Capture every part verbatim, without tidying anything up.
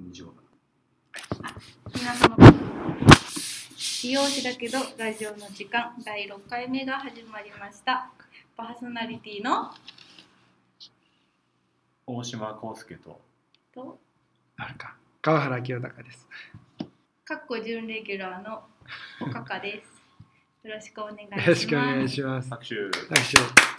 じかな。 皆様美容師だけどラジオの時間だいろっかいめが始まりました。パーソナリティの大島康介ととあるか川原清隆です。 かっこ準レギュラーのおかかです。よろしくお願いします。 よろしくお願いします。 拍手。 拍手。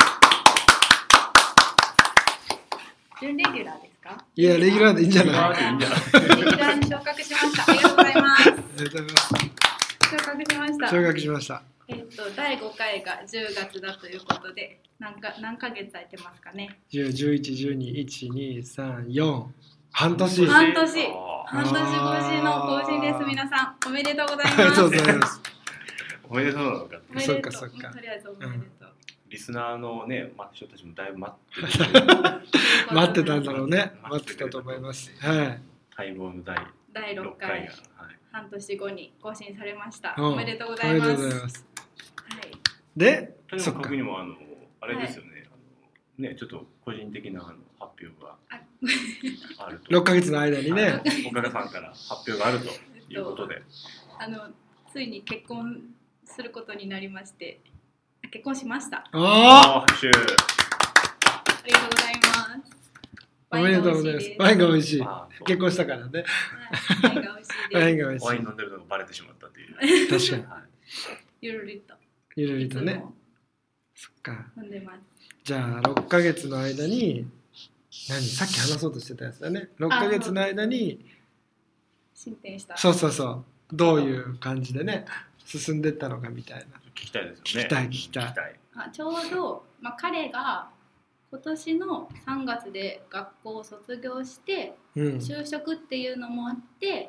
準レギュラーですか？ いや、レギュラーでいいんじゃない？ いいんじゃない？ レギュラーに昇格しました。ありがとうございます。 ありがとうございます。 昇格しました。 昇格しました。 えっとだいごかいがじゅうがつだということで、何か何ヶ月空いてますかね？ じゅう、じゅういち、じゅうに、いち、に、さん、よん半年。 半年半年越しの更新です。皆さんおめでとうございます。 ありがとうございます。 おめでとうなのか。 おめでとう。 そっかそっかとりあえずおめでとう。うんリスナーのね、まあ、人たちもだいぶ待ってる待ってたんだろうね。待ってたと思います。はい。 待望の第だいろっかいが、はい、 半年後に更新されました。 おおめでとうございます。 おめでとうございます。 はい。 で、 とにそっかかくにもあのあれですよね、はい、あのねちょっと個人的なあの発表があると。 ろっかげつの間にね。 おかかさんから発表があるということで、 あのついに結婚することになりまして、結婚しました。 おー。 拍手。 ありがとうございます。 おめでとうございます。ワインが美味しい。結婚したからね。 ワインが美味しいです。 ワインが美味しい。 ワイン飲んでるのがバレてしまったという。 確かに。 はい、 ゆるりと。 ゆるりとね。そっか。 飲んでます。 じゃあろっかげつの間に何さっき話そうとしてたやつだね。ろっかげつの間に進展した。 そうそうそう。どういう感じでね進んでったのかみたいな。 聞きたいですよね。 聞きたい聞きたい。 あちょうど、まあ、彼が今年のさんがつで学校を卒業して、うん、就職っていうのもあって、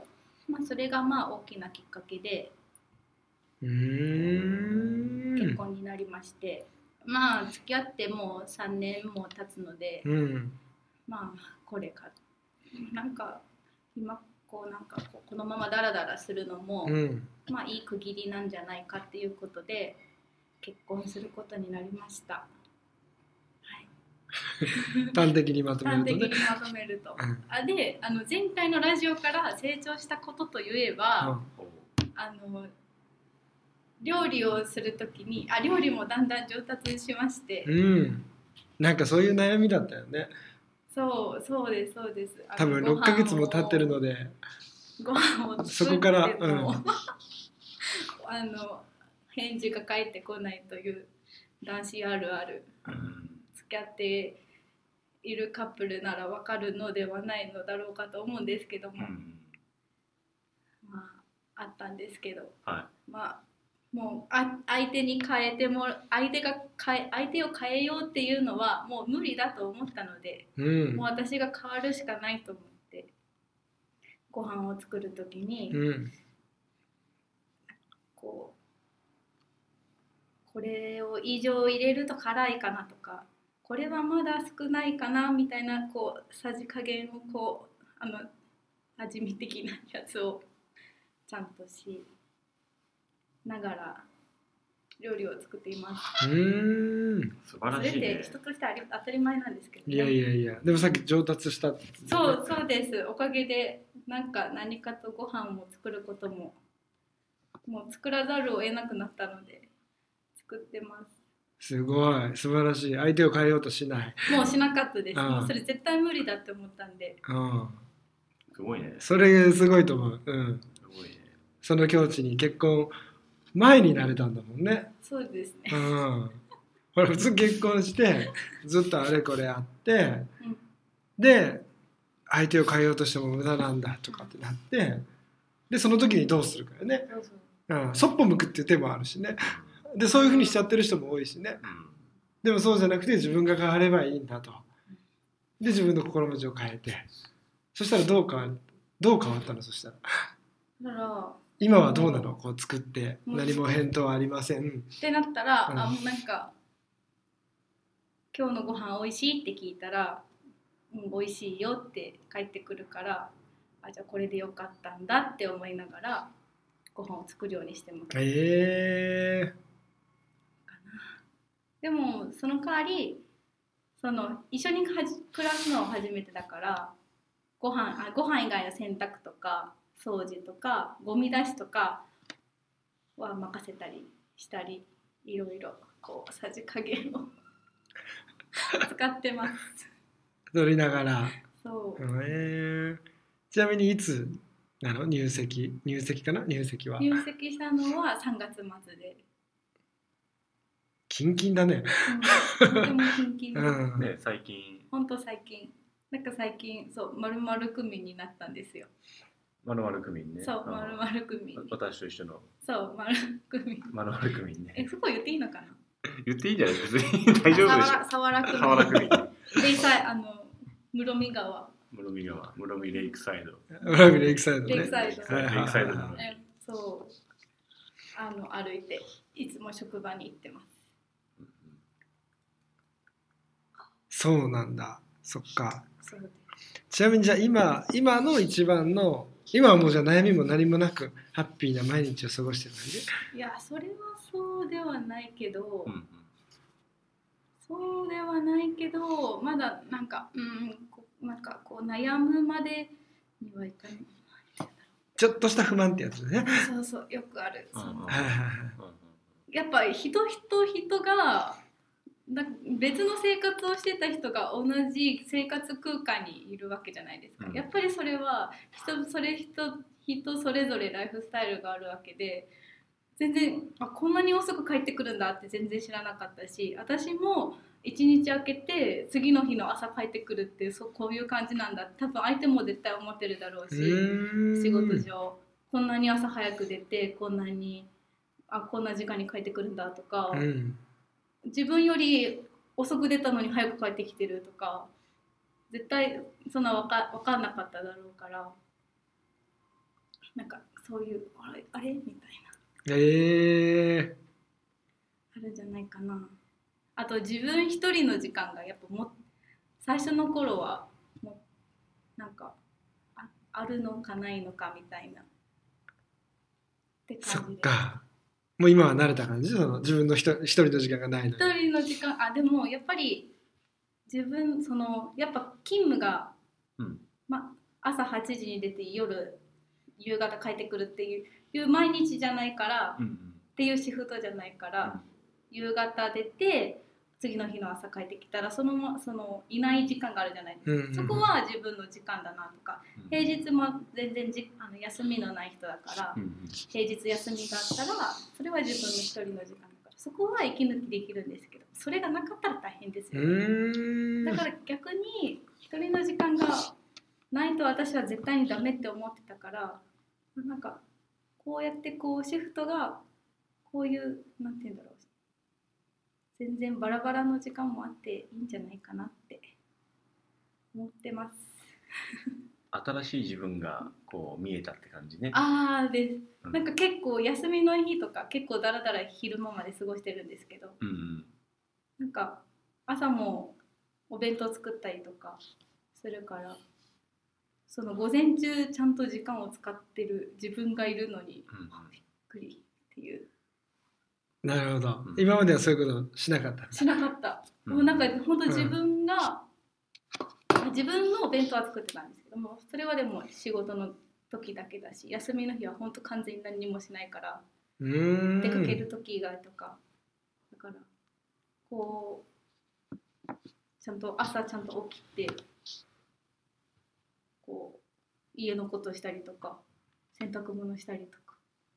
まあ、それがまあ大きなきっかけでうーん結婚になりまして、まあ付き合ってもうさんねんも経つので、 うん、 まあこれかなんか今こうなんかこうこのままダラダラするのも、うん、まあいい区切りなんじゃないかっていうことで結婚することになりました。はい、 端的にまとめると、ね、 端的にまとめると、うん、あであの前回のラジオから成長したことといえば、うん、あの料理をするときにあ料理もだんだん上達しまして、 うん、なんかそういう悩みだったよね。 そうそうですそうです。 多分ろっかげつも経ってるのでご飯を作ってもそこから、うん、 あの返事が返ってこないという男子あるある、うん、付き合っているカップルなら分かるのではないのだろうかと思うんですけども、うん、まああったんですけど、 はい、 まあもうあ相手に変えても相手が変え相手を変えようっていうのはもう無理だと思ったので、うん、もう私が変わるしかないと思ってご飯を作るときに、うん、こうこれを以上入れると辛いかなとかこれはまだ少ないかなみたいなこうさじ加減をこうあの味見的なやつをちゃんとしながら料理を作っています。 うーん素晴らしい、ね、 それって人として当たり前なんですけど、ね、 いやいやいやでもさっき上達したって、ね、 そうそうですおかげでなんか何かとご飯を作ることももう作らざるを得なくなったので作ってます。 すごい素晴らしい。相手を変えようとしない。 もうしなかったです。もうそれ絶対無理だって思ったんで。 うん、 すごいね。 それすごいと思う。うん。 すごいね。その境地に結婚前になれたんだもんね。 そうですね。 うん。ほら普通結婚してずっとあれこれあって、うん、で相手を変えようとしても無駄なんだとかってなって、でその時にどうするかよね。そうそう。うん。そっぽ向くっていう手もあるしね。でそういう風にしちゃってる人も多いしね。うん、でもそうじゃなくて自分が変わればいいんだと。で自分の心持ちを変えて、そしたらどうかどう変わったのそしたら。 だから今はどうなのこう作って何も返答はありませんってなったら、うん、あもうなんか今日のご飯おいしいって聞いたら、うん、おいしいよって返ってくるからあじゃあこれでよかったんだって思いながらご飯を作るようにしてます。 えー、 かな。でもその代わりその一緒に暮らすのは初めてだからご飯あご飯以外の洗濯とか掃除とかゴミ出しとかは任せたりしたり、いろいろこうさじ加減を使ってます。 撮りながら。 そう。 えー、ちなみにいつなの入籍入籍かな入籍は。 入籍したのはさんがつ末で。 キンキンだね。 うん、とてもキンキン。 うん、 ね最近。 本当最近。なんか最近そう丸々区民になったんですよ。 まるまる区民ね。 そう丸々区民。 私と一緒の。 そう丸区民。 まるまる区民ね。 えそこ言っていいのかな。 言っていいんじゃない別に大丈夫でしょ。 さわら区民。 さわら区民。 レイサイあの室見川。 室見川室見レイクサイド。 室見レイクサイドね。 レイクサイド。 レイクサイドの。 そうあの歩いていつも職場に行ってます。 そうなんだ。そっか。 そうです。 ちなみにじゃあ今今の一番の今はもうじゃあ悩みも何もなくハッピーな毎日を過ごしてる感じ？ いやそれはそうではないけど、 うんうん、 そうではないけどまだなんかうんこなんかこう悩むまでにはいかない。 ちょっとした不満ってやつね。 そうそうよくある。 うんうん、 やっぱ人人人がだ別の生活をしてた人が同じ生活空間にいるわけじゃないですか、うん、やっぱりそれは人それ 人, 人それぞれライフスタイルがあるわけで全然あこんなに遅く帰ってくるんだって全然知らなかったし、私も一日空けて次の日の朝帰ってくるってそこういう感じなんだ多分相手も絶対思ってるだろうし、仕事上こんなに朝早く出てこんなにあこんな時間に帰ってくるんだとか、うん、自分より遅く出たのに早く帰ってきてるとか絶対そんな分か、分かんなかっただろうからなんかそういうあれ、あれみたいなえー、 あるんじゃないかな。あと自分一人の時間がやっぱも最初の頃はもうなんか あ, あるのかないのかみたいなって感じで。そっかもう今は慣れた感じその自分の一人の時間がないのに。 一人の時間あでもやっぱり自分そのやっぱ勤務が、うんま、朝はちじに出て夜夕方帰ってくるっていういう毎日じゃないから、うんうん、っていうシフトじゃないから、うん、夕方出て次の日の朝帰ってきたらそのそのいない時間があるじゃないですか、うんうんうん、そこは自分の時間だなとか、うん、平日も全然じあの休みのない人だから、うんうん、平日休みがあったらそれは自分の一人の時間だからそこは息抜きできるんですけどそれがなかったら大変ですよね。うーんだから逆に一人の時間がないと私は絶対にダメって思ってたからなんかこうやってこうシフトがこういうなんていうんだろう全然バラバラの時間もあっていいんじゃないかなって思ってます新しい自分がこう見えたって感じね。 ああです、うん、なんか結構休みの日とか結構だらだら昼間まで過ごしてるんですけど、うんうん、なんか朝もお弁当作ったりとかするからその午前中ちゃんと時間を使ってる自分がいるのに、うん、びっくりっていう。 なるほど、うん、今まではそういうことしなかったしなかった、うん、もうなんか本当自分が、うん、自分のお弁当は作ってたんですけどもそれはでも仕事の時だけだし休みの日は本当完全に何もしないからうーん出かける時以外とかだからこうちゃんと朝ちゃんと起きてこう家のことしたりとか洗濯物したりとか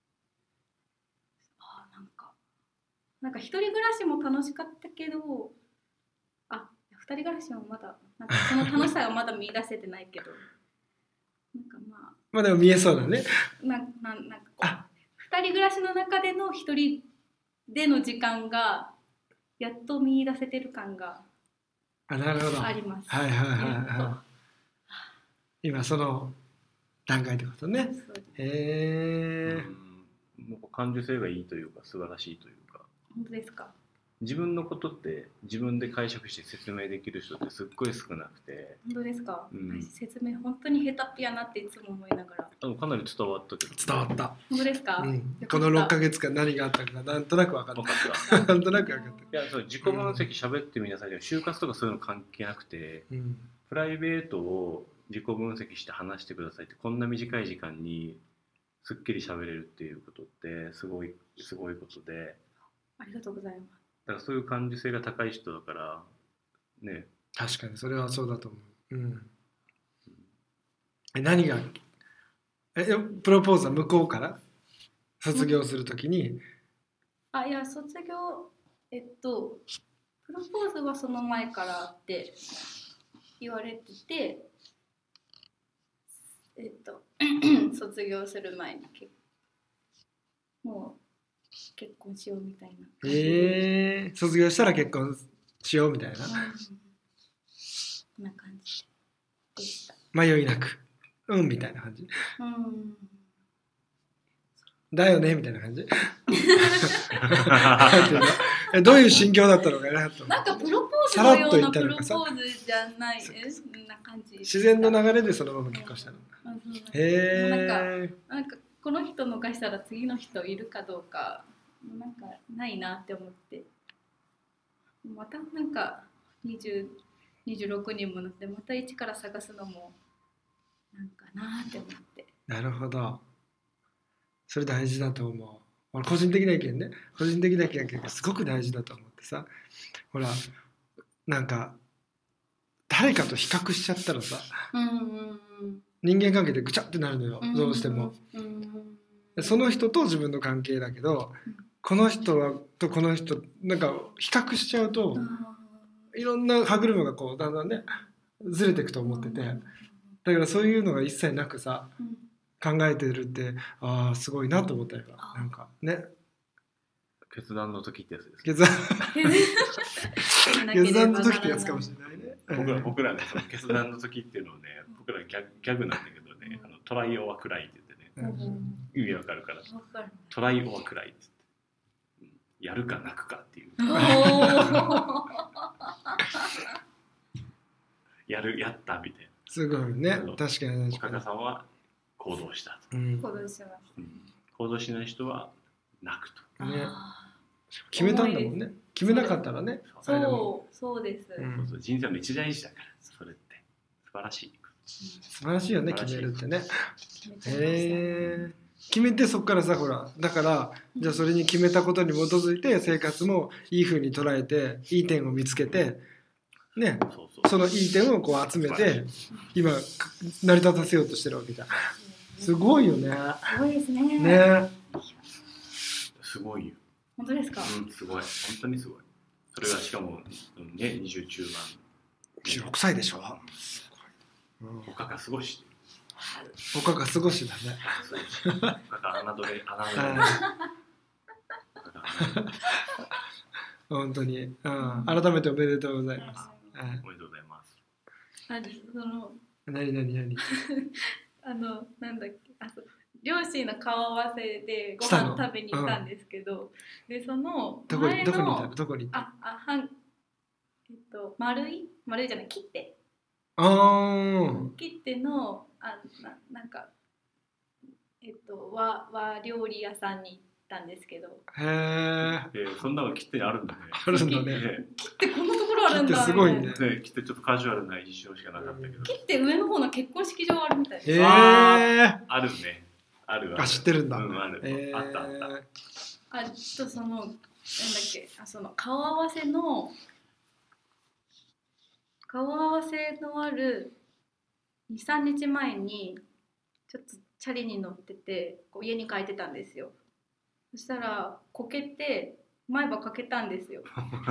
あなんかなんか一人暮らしも楽しかったけどあ二人暮らしもまだなんかその楽しさがまだ見出せてないけどなんかまあまあでも見えそうだねなななんかこう二人暮らしの中での一人での時間がやっと見出せてる感があなるほどあります。 はいはいはいはい。今その段階ってことね。へえ。 もう感受性がいいというか素晴らしいというか。 本当ですか。 自分のことって自分で解釈して説明できる人ってすっごい少なくて。 本当ですか。うん、説明本当に下手っぴやなっていつも思いながら。 あのかなり伝わったけど。 伝わった。 本当ですか。 うん、このろっかげつかん何があったかなんとなく分かった。分かった。なんとなく分かった。 いやそう自己分析喋ってみなさいけど、就活とかそういうの関係なくて、うん、プライベートを自己分析して話してくださいって、こんな短い時間にすっきり喋れるっていうことってすごいすごいことで、 ありがとうございます。 だからそういう感受性が高い人だからね。 確かにそれはそうだと思う。うん。え、何がえプロポーズは向こうから卒業するときに、 あ、いや、卒業、えっとプロポーズはその前からって言われてて、えっと卒業する前にけもう結婚しようみたいな感じで、 えー、卒業したら結婚しようみたいな、 うん、こんな感じでした。 迷いなくうんみたいな感じうんだよねみたいな感じえ、どういう心境だったのかなと。 なんかプロポーズのようなプロポーズじゃない、えそんな感じ。 自然の流れでそのまま結婚したの。 うんうん、 へえ。 なんか、なんかこの人逃したら次の人いるかどうかなんかないなって思って、またなんかにじゅう、にじゅうろくにんもなってまた一から探すのもなんかなって思って。 なるほど。それ大事だと思う。俺個人的な意見ね、個人的な意見がすごく大事だと思ってさ、ほらなんか誰かと比較しちゃったらさ、 うんうんうん、 人間関係でぐちゃってなるのよ、 うんうん、 どうしても、 うんうん、その人と自分の関係だけど、うん、この人はとこの人なんか比較しちゃうと、うん、いろんな歯車がこうだんだんねずれていくと思ってて、だからそういうのが一切なくさ、うん、考えてるってああすごいなと思ったよ。なんかね、 決断の時ってやつです、ね、 決断決断の時ってやつかもしれないね。 僕ら僕らねその決断の時っていうのをね僕らギャグ、ギャグなんだけどね、あのトライオアクライって言ってね、うん、意味わかるからトライオアクライって言って、やるか泣くかっていうやるやったみたいな。 すごいね、確かに。 岡田さんは行動したと、 うん、行動しました、うん、 行動しない人は泣くと、ね、 決めたんだもんね。決めなかったらね。 そうそうです、 うん、そうそう、人生の一大事だからそれって素晴らしい、 素晴らしいよね、決めるってね。へえ。決めてそこからさ、ほらだからじゃあそれに決めたことに基づいて生活もいい風に捉えていい点を見つけてね、そうそう、そのいい点をこう集めて今成り立たせようとしてるわけじゃん。すごいよね。 すごいですね。 ね。 すごいよ。 本当ですか？ うん、すごい。本当にすごい。それがしかもね、にじゅう中盤。 じゅうろくさいでしょ。 すごい。うん、他が過ごし。 他が過ごしだね。 他が侮れ、侮れ。 本当に、うん。改めておめでとうございます。 おめでとうございます。 あ、その。 何何何。 あのなんだっけ、あ、両親の顔合わせでご飯食べに行ったんですけど、うん、でそのどこにどこに行ったどこに行ったああはんえっと丸い丸いじゃない切ってあ切ってのあななんかえっと和和料理屋さんに行ったんですけど、 へー、 えー、そんなの切ってあるんだね。 あるんだね。 切ってこんなところあるんだ。 切ってすごいね。 ね、切ってちょっとカジュアルな印象しかなかったけど。 切って上の方の結婚式場あるみたいです。 へー、 あ, あるね。あるある。 あ、知ってるんだ。 うん、ある。えー、あったあった。 あ、ちょっとそのなんだっけ、あ、その顔合わせの顔合わせのあるに、さんにちまえにちょっとチャリに乗っててこう家に帰ってたんですよ。そしたらこけて前歯かけたんですよ。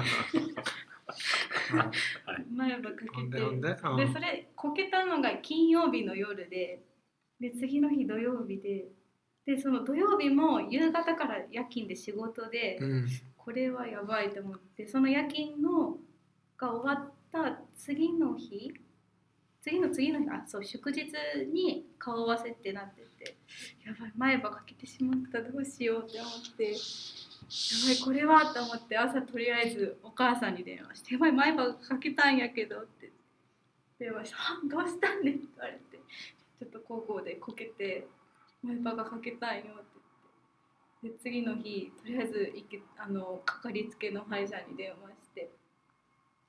前歯かけて、 で, でそれこけたのが金曜日の夜で、で次の日土曜日で、でその土曜日も夕方から夜勤で仕事で、うん、これはやばいと思って、その夜勤のが終わった次の日次の次の日あそう祝日に顔合わせってなってて、やばい前歯かけてしまった、どうしようって思って、やばいこれはと思って朝とりあえずお母さんに電話して、やばい前歯かけたんやけどって電話して、あどうしたんねんって言われて、ちょっと高校でこけて前歯がかけたんよって言って、で次の日とりあえず行けあのかかりつけの歯医者に電話して、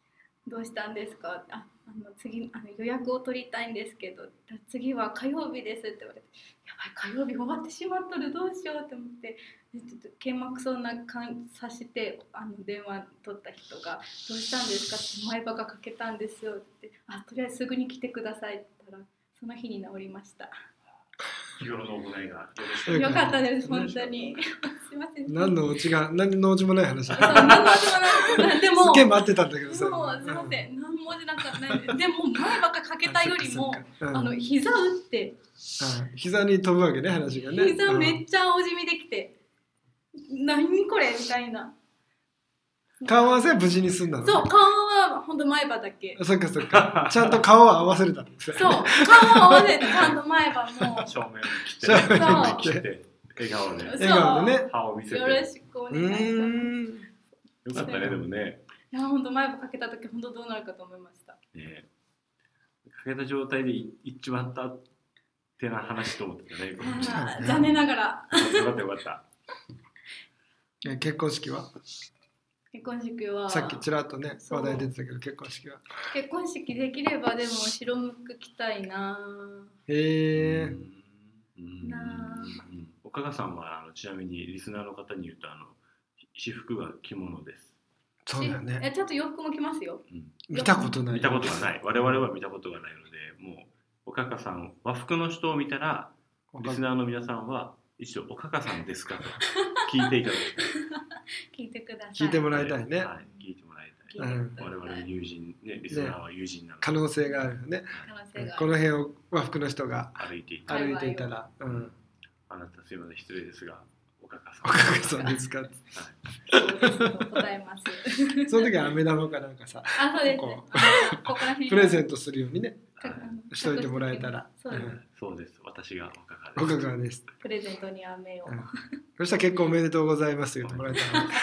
どうしたんですか、ああの次あの予約を取りたいんですけど次は火曜日ですって言われて、やばい火曜日終わってしまっとるどうしようって思ってちょっと剣幕そうな感じさしてあの電話取った人がどうしたんですかって前歯が欠けたんですよってあとりあえずすぐに来てくださいって言ったらその日に治りました。 日頃の行いがよかったです本当にすいません何のオチが何のオチもない話だ何のオチもないでもすっげえ待ってたんだけどさそうすいません、うん、何もじなかったでも前ばっかかけたよりもあ、うん、あの膝打ってあ膝に飛ぶわけね話がね膝めっちゃ青じみできて、うん、何これみたいな顔合わせは無事に済んだの、ね、 そう顔は本当前歯だけそっかそっかちゃんと顔は合わせれたんですそう顔は合わせてちゃんと前歯も正面に来て、ね、正面に来て笑顔で笑顔でね歯を見せてよろしくお願いしますよかったねでもねいや本当前歯かけた時本当どうなるかと思いました、 ね、かけた状態でいっちまったってな話と思ってたね残念ながらよかったよかった結婚式は結婚式はさっきちらっとね話題出てたけど結婚式は結婚式できればでも白むく着たいなへえな岡川さんはあのちなみにリスナーの方に言うとあの私服が着物です。 そうだねえちゃんと洋服も着ますよ、 うん、見たことない見たことがない我々は見たことがないのでもう岡川さん和服の人を見たらリスナーの皆さんは一度岡川さんですかと聞いていただき聞いてください聞いてもらいたいね、 はい、聞いてもらいたい、うん、我々の友人ねリスナーは友人なので、ね、 可能性があるよねこの辺を和服の人が歩いていた歩いていたら、うん、 あなたすいません失礼ですが岡川さん岡川さんですか、はい、 そうです答えますその時は飴玉かなんかさあそうですねここらプレゼントするようにねしといてもらえたらそうです、うん、 そうです私が岡川です岡川ですプレゼントに飴を、うん、 そしたら結婚おめでとうございますと言ってもらえたら、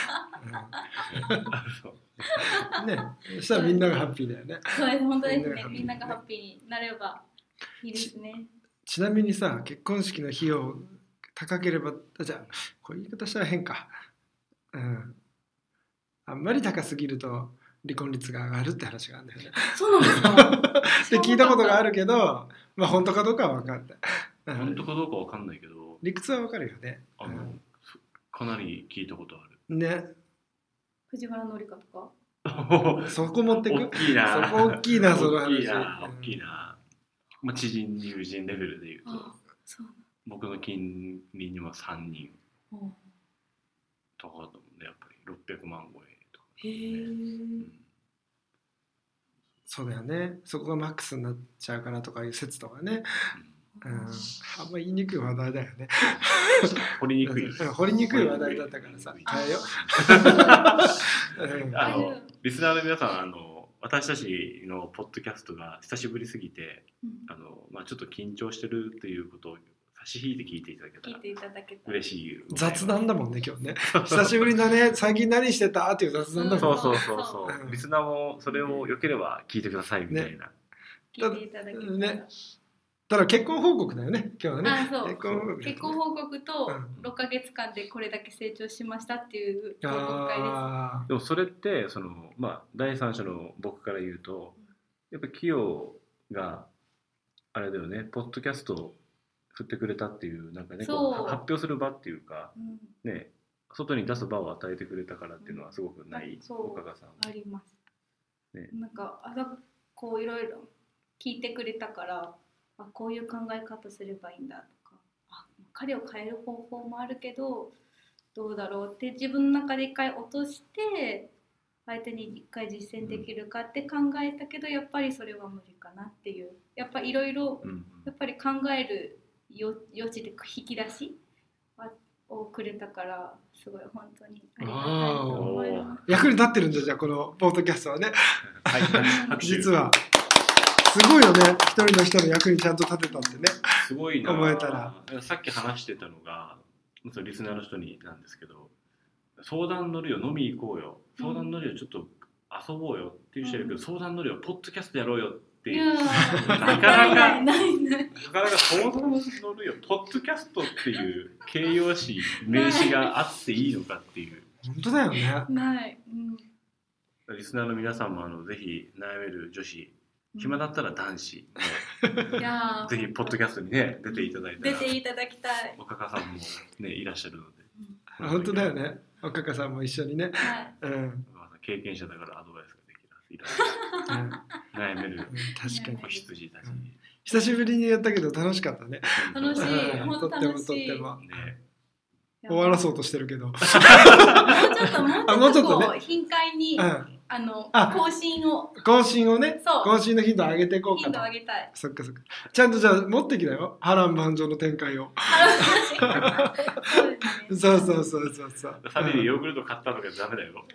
うん、ねそしたらみんながハッピーだよねそうです本当ですねみんながハッピーになればいいですねち, ちなみにさ結婚式の費用高ければじゃあこういう言い方したら変か、うん、あんまり高すぎると離婚率が上がるって話があるんだよねそうなんですかで聞いたことがあるけど、まあ、本当かどうかは分かんない本当かどうか分かんないけど理屈は分かるよねあの、うん、かなり聞いたことあるね藤原紀香とかそこ持ってく大きいなそこ大きいなその話大きいな大きいな、まあ、知人友人レベルで言うとそう僕の近隣にはさんにんとかだもんねやっぱりろっぴゃくまん超えとか、ね、へえ、うん、 そうだよねそこがマックスになっちゃうからとかいう説とかね、うんうん、あんま言いにくい話題だよね掘りにくい掘りにくい話題だったからさ変えよあのリスナーの皆さんあの私たちのポッドキャストが久しぶりすぎて、うんあのまあ、ちょっと緊張してるということを差し引いて聞いていただけたら嬉しい雑談だもんね今日ね久しぶりだね最近何してたっていう雑談だもん、 うん、そうそうそうそう、うん、リスナーもそれを良ければ聞いてくださいみたいな、ね、 聞いていただけたら、 ね、ただ結婚報告だよね今日はねあそう結婚報告、ね、結婚報告とろっかげつかんでこれだけ成長しましたっていう報告会です。 でもそれってその、まあ、第三者の僕から言うとやっぱ企業があれだよねポッドキャストを振ってくれたっていうなんかねこう発表する場っていうか、うんね、外に出す場を与えてくれたからっていうのはすごくない、うん、岡川さんあります、ね、なんかあだこういろいろ聞いてくれたからあこういう考え方すればいいんだとかあ彼を変える方法もあるけどどうだろうって自分の中で一回落として相手に一回実践できるかって考えたけどやっぱりそれは無理かなっていうやっぱりいろいろやっぱり考える余地で引き出しをくれたからすごい本当にありがたいと思います。 役に立ってるんだじゃあこのポッドキャストはね、はい、実はすごいよね一人の人の役にちゃんと立てたってねすごいな思えたらさっき話してたのがリスナーの人になんですけど相談乗るよ飲み行こうよ相談乗るよちょっと遊ぼうよっていう人いるけど、うん、相談乗るよポッドキャストやろうよっていうなかなかなかなか相談乗るよポッドキャストっていう形容詞名詞があっていいのかっていう本当だよねない、 リスナーの皆さんもあのぜひ悩める女子、暇だったら男子、 いやぜひポッドキャストにね出ていただいたら、 出ていただきたい。 おかかさんもねいらっしゃるので、 うん、本当だよね。おかかさんも一緒にね、 はい、 うん、 経験者だからアドバイスができる、うん、悩める、うん、 確かに子羊たち、 うん、久しぶりにやったけど楽しかったね。 楽しい、 うん、 本当楽しい。 とってもとっても、 ね、 終わらそうとしてるけどもうちょっともうちょっとこう、ね、頻回に、うん、あの更新を更新をね、更新の頻度上げていこうかと。 頻度上げたい。 そっかそっか。ちゃんとじゃあ持ってきたよ、波乱万丈の展開を。そうそうそうそうそう。 ファミリーヨーグルト買ったのがダメだよ。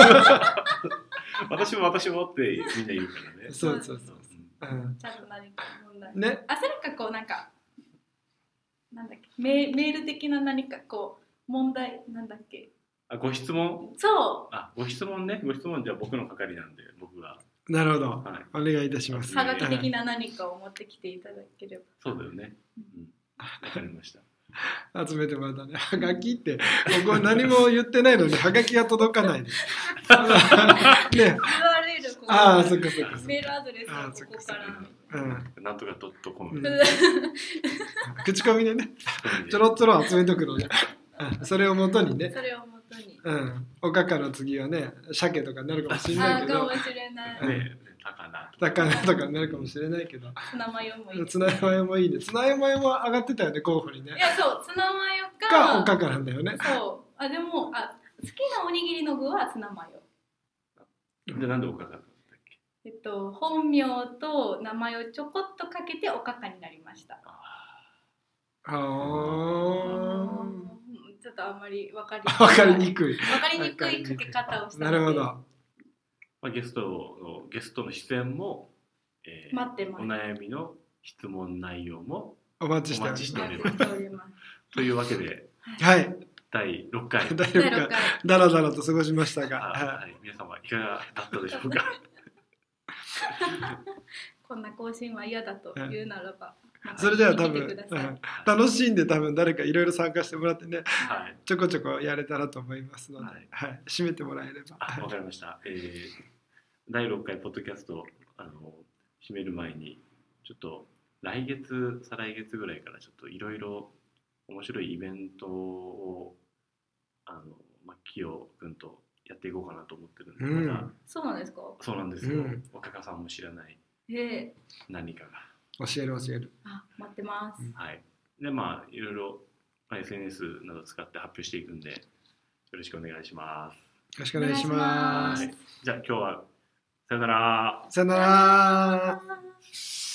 私も私もってみんな言うからね。 そうそうそう。 うん、ちゃんと何か問題。 ね。 あ、それかこうなんかなんだっけ、メメール的な何かこう問題なんだっけ。 あ、ご質問。 そう。 あ、ご質問ね。ご質問じゃあ僕の係なんで僕が。 なるほど。 はい、 お願いいたします。 はがき的な何かを持ってきていただければ。 そうだよね。うん。わかりました。 集めてもらったね。はがきってここ何も言ってないのにはがきが届かないです。 ね。ユーアールエル ここ。 ああ、そっかそっか。 メールアドレスはここから。 うん。なんとかドットコム。 口コミでね。ちょろちょろ集めとくので、それをもとにね。 それをもとに。 うん。おかかの次はね、鮭とかになるかもしれないけど。 あ、かもしれない。 ね。高菜高菜とかになるかもしれないけど、 ツナマヨもいい、 ツナマヨもいいね。ツナマヨも上がってたよね、候補にね。 いや、そうツナマヨかおかかなんだよね。 そう、あ、でもあ好きなおにぎりの具はツナマヨ。 で、なんでおかかだったっけ。 えっと本名と名前をちょこっとかけておかかになりました。ああ、 ちょっとあんまり分かり分かりにくい分かりにくいかけ方をしたので。 なるほど。 まあ、ゲストのゲストの出演も、 えー、待ってます。 お悩みの質問内容もお待ちしておりますというわけで、 はい、 だいろっかいだいろっかいだらだらと過ごしましたが、 はい、皆様いかがだったでしょうか。 こんな更新は嫌だというならば、 はい、それでは多分、うん、楽しんで多分誰かいろいろ参加してもらってね、はい、ちょこちょこやれたらと思いますので、はいはい、締めてもらえれば。 わかりました、えー、だいろっかいポッドキャストあの締める前にちょっと来月再来月ぐらいからちょっといろいろ面白いイベントをあのマッキオ君とやっていこうかなと思ってるんで、うん、またそうなんですか。 そうなんですよ、うん、おかかさんも知らない何かが教える教える。 あ、待ってます。 はい。で、まあいろいろ エスエヌエス など使って発表していくんでよろしくお願いします。よろしくお願いします。 はい、じゃあ今日はさよなら。 さよなら。